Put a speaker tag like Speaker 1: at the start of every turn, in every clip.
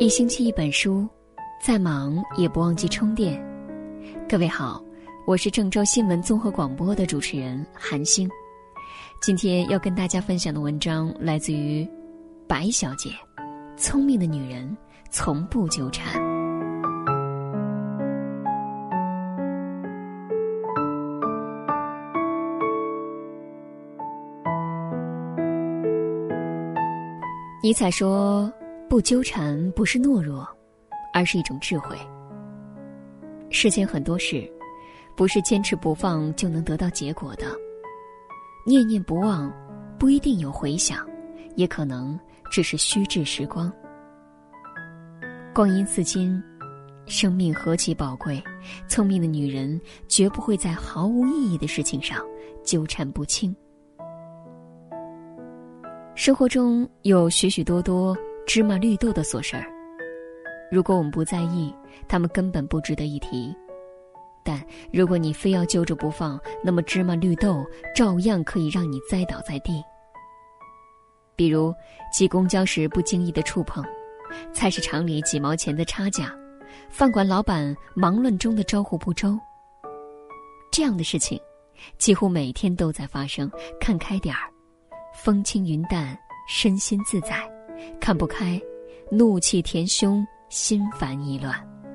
Speaker 1: 一星期一本书，再忙也不忘记充电。各位好，我是郑州新闻综合广播的主持人韩星。今天要跟大家分享的文章来自于白小姐。聪明的女人从不纠缠。尼采说，不纠缠不是懦弱，而是一种智慧。世间很多事，不是坚持不放就能得到结果的。念念不忘，不一定有回响，也可能只是虚掷时光。光阴似金，生命何其宝贵，聪明的女人绝不会在毫无意义的事情上纠缠不清。生活中有许许多多芝麻绿豆的琐事儿，如果我们不在意，它们根本不值得一提。但如果你非要揪着不放，那么芝麻绿豆照样可以让你栽倒在地。比如挤公交时不经意的触碰，菜市场里几毛钱的差价，饭馆老板忙乱中的招呼不周。这样的事情几乎每天都在发生，看开点儿，风轻云淡，身心自在；看不开，怒气填胸，心烦意乱。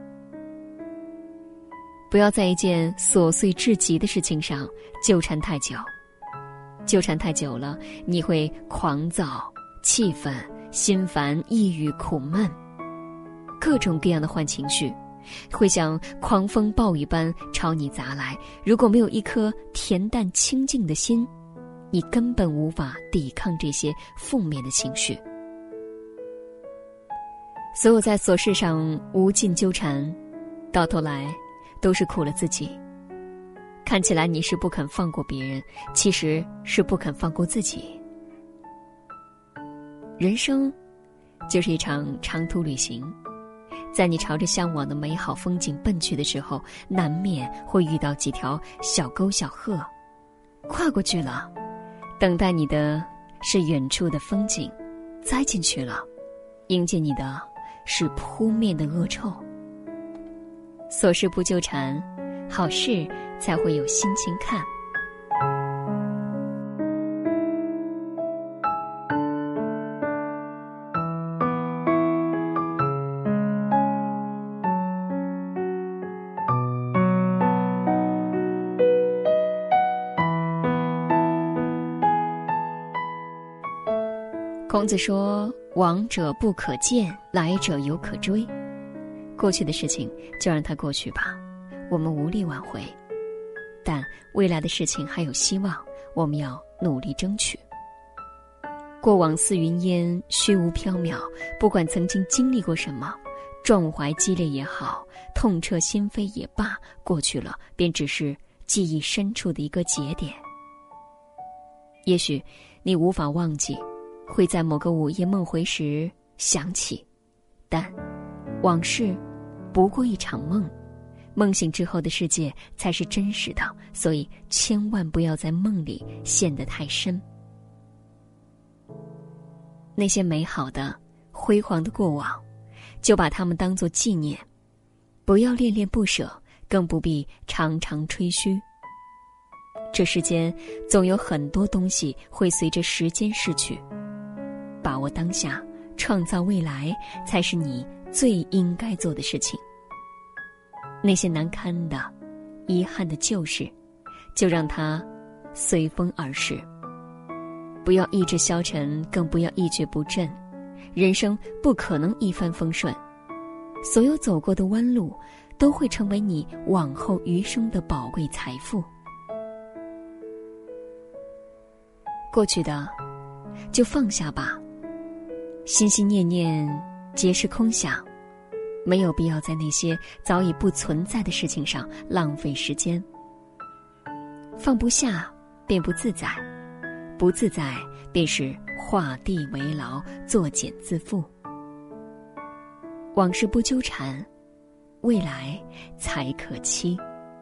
Speaker 1: 不要在一件琐碎至极的事情上纠缠太久，纠缠太久了，你会狂躁、气愤、心烦、抑郁、苦闷，各种各样的坏情绪会像狂风暴雨般朝你砸来。如果没有一颗恬淡清静的心，你根本无法抵抗这些负面的情绪。所有在琐事上无尽纠缠，到头来都是苦了自己。看起来你是不肯放过别人，其实是不肯放过自己。人生就是一场长途旅行，在你朝着向往的美好风景奔去的时候，难免会遇到几条小沟小壑，跨过去了，等待你的是远处的风景，栽进去了，迎接你的是扑面的恶臭。琐事不纠缠，好事才会有心情看。孔子说，往者不可见，来者犹可追。过去的事情就让它过去吧，我们无力挽回，但未来的事情还有希望，我们要努力争取。过往似云烟，虚无缥缈，不管曾经经历过什么，壮怀激烈也好，痛彻心扉也罢，过去了便只是记忆深处的一个节点。也许你无法忘记，会在某个午夜梦回时想起，但往事不过一场梦，梦醒之后的世界才是真实的，所以千万不要在梦里陷得太深。那些美好的、辉煌的过往，就把它们当作纪念，不要恋恋不舍，更不必常常吹嘘。这世间总有很多东西会随着时间逝去，把握当下，创造未来，才是你最应该做的事情。那些难堪的、遗憾的旧事，就让它随风而逝。不要意志消沉，更不要一蹶不振。人生不可能一帆风顺，所有走过的弯路，都会成为你往后余生的宝贵财富。过去的，就放下吧。心心念念皆是空想，没有必要在那些早已不存在的事情上浪费时间。放不下便不自在，不自在便是画地为牢，作茧自缚。往事不纠缠，未来才可期。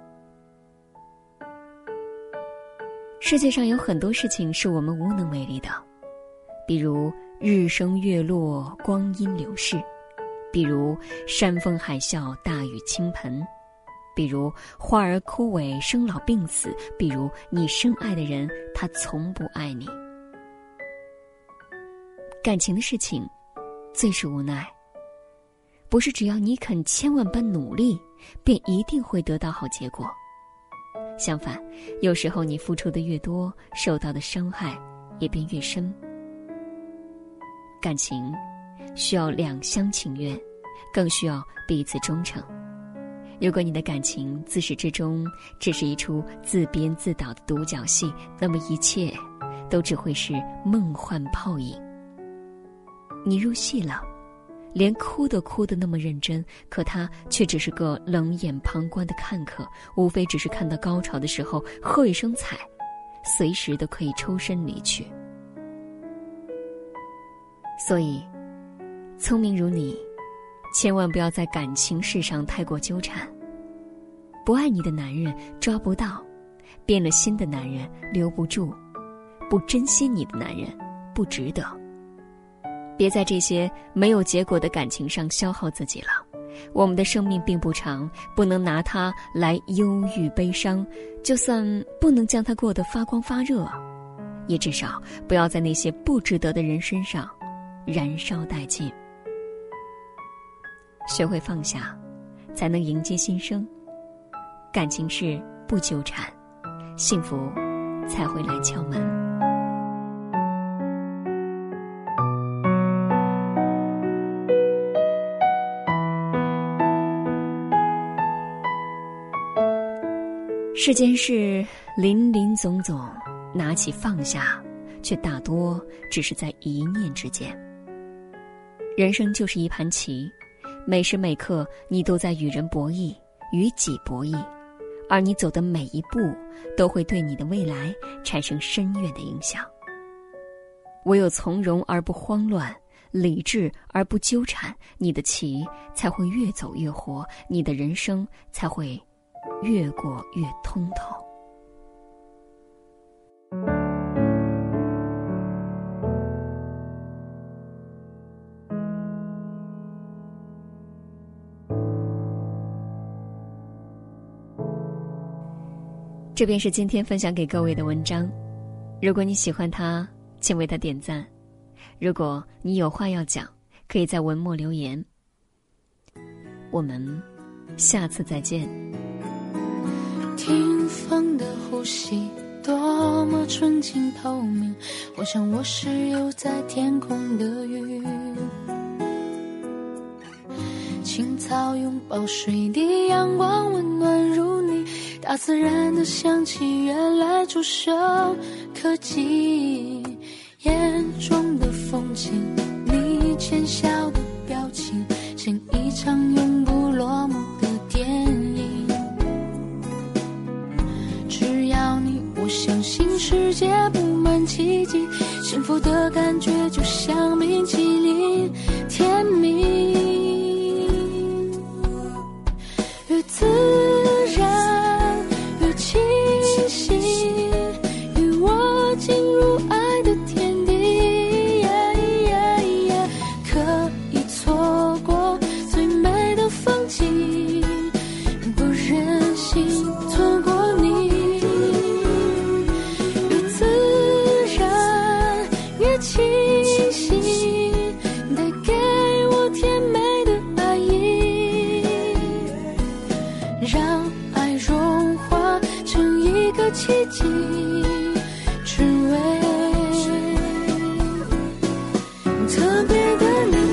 Speaker 1: 世界上有很多事情是我们无能为力的，比如日升月落，光阴流逝， 比如山风海啸、大雨倾盆，比如花儿枯萎、生老病死，比如你深爱的人他从不爱你。感情的事情最是无奈，不是只要你肯千万般努力便一定会得到好结果。相反，有时候你付出的越多，受到的伤害也便越深。感情需要两厢情愿，更需要彼此忠诚。如果你的感情自始至终只是一出自编自导的独角戏，那么一切都只会是梦幻泡影。你入戏了，连哭都哭得那么认真，可他却只是个冷眼旁观的看客，无非只是看到高潮的时候喝一声彩，随时都可以抽身离去。所以聪明如你，千万不要在感情事上太过纠缠。不爱你的男人抓不到，变了心的男人留不住，不珍惜你的男人不值得。别在这些没有结果的感情上消耗自己了。我们的生命并不长，不能拿它来忧郁悲伤，就算不能将它过得发光发热，也至少不要在那些不值得的人身上燃烧殆尽。学会放下，才能迎接新生。感情事不纠缠，幸福才会来敲门。世间事林林总总，拿起放下，却大多只是在一念之间。人生就是一盘棋，每时每刻你都在与人博弈，与己博弈，而你走的每一步都会对你的未来产生深远的影响。唯有从容而不慌乱，理智而不纠缠，你的棋才会越走越活，你的人生才会越过越通透。这便是今天分享给各位的文章，如果你喜欢它，请为它点赞。如果你有话要讲，可以在文末留言。我们下次再见。
Speaker 2: 听风的呼吸多么纯净透明，我想我是游在天空的鱼，青草拥抱水滴，阳光温暖如你，大自然的香气原来触手可及，眼中的风景，你浅笑的表情，像一场永不落幕的电影。只要你，我相信世界布满奇迹，幸福的感觉就像冰淇淋，甜蜜。越自然越清晰，与我进入爱的天地，可以错过最美的风景，不忍心错过你。越自然越清晰，带给我甜美的爱意，让爱融化成一个奇迹，只为特别的你。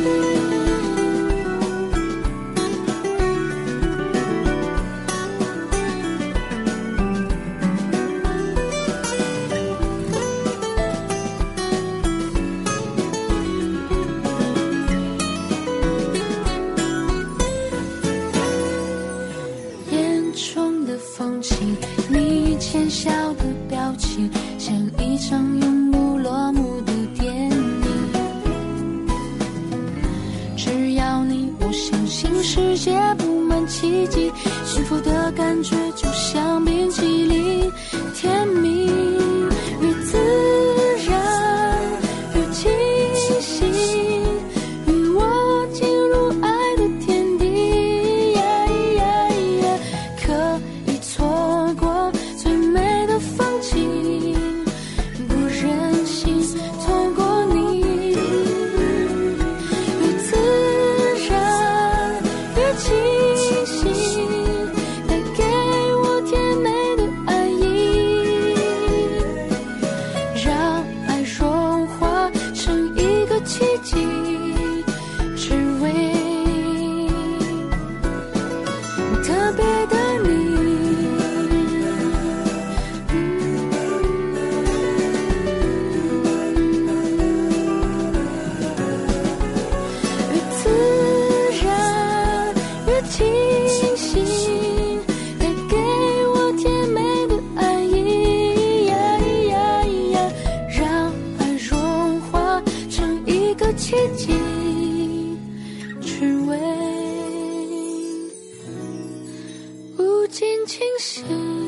Speaker 2: 眼中的风景，你浅笑的表情，像一场永不落幕的电影。只要你，我相信世界布满奇迹，幸福的感觉就像冰淇淋，甜蜜。越自然越清晰，与我进入的奇迹去为无尽清醒。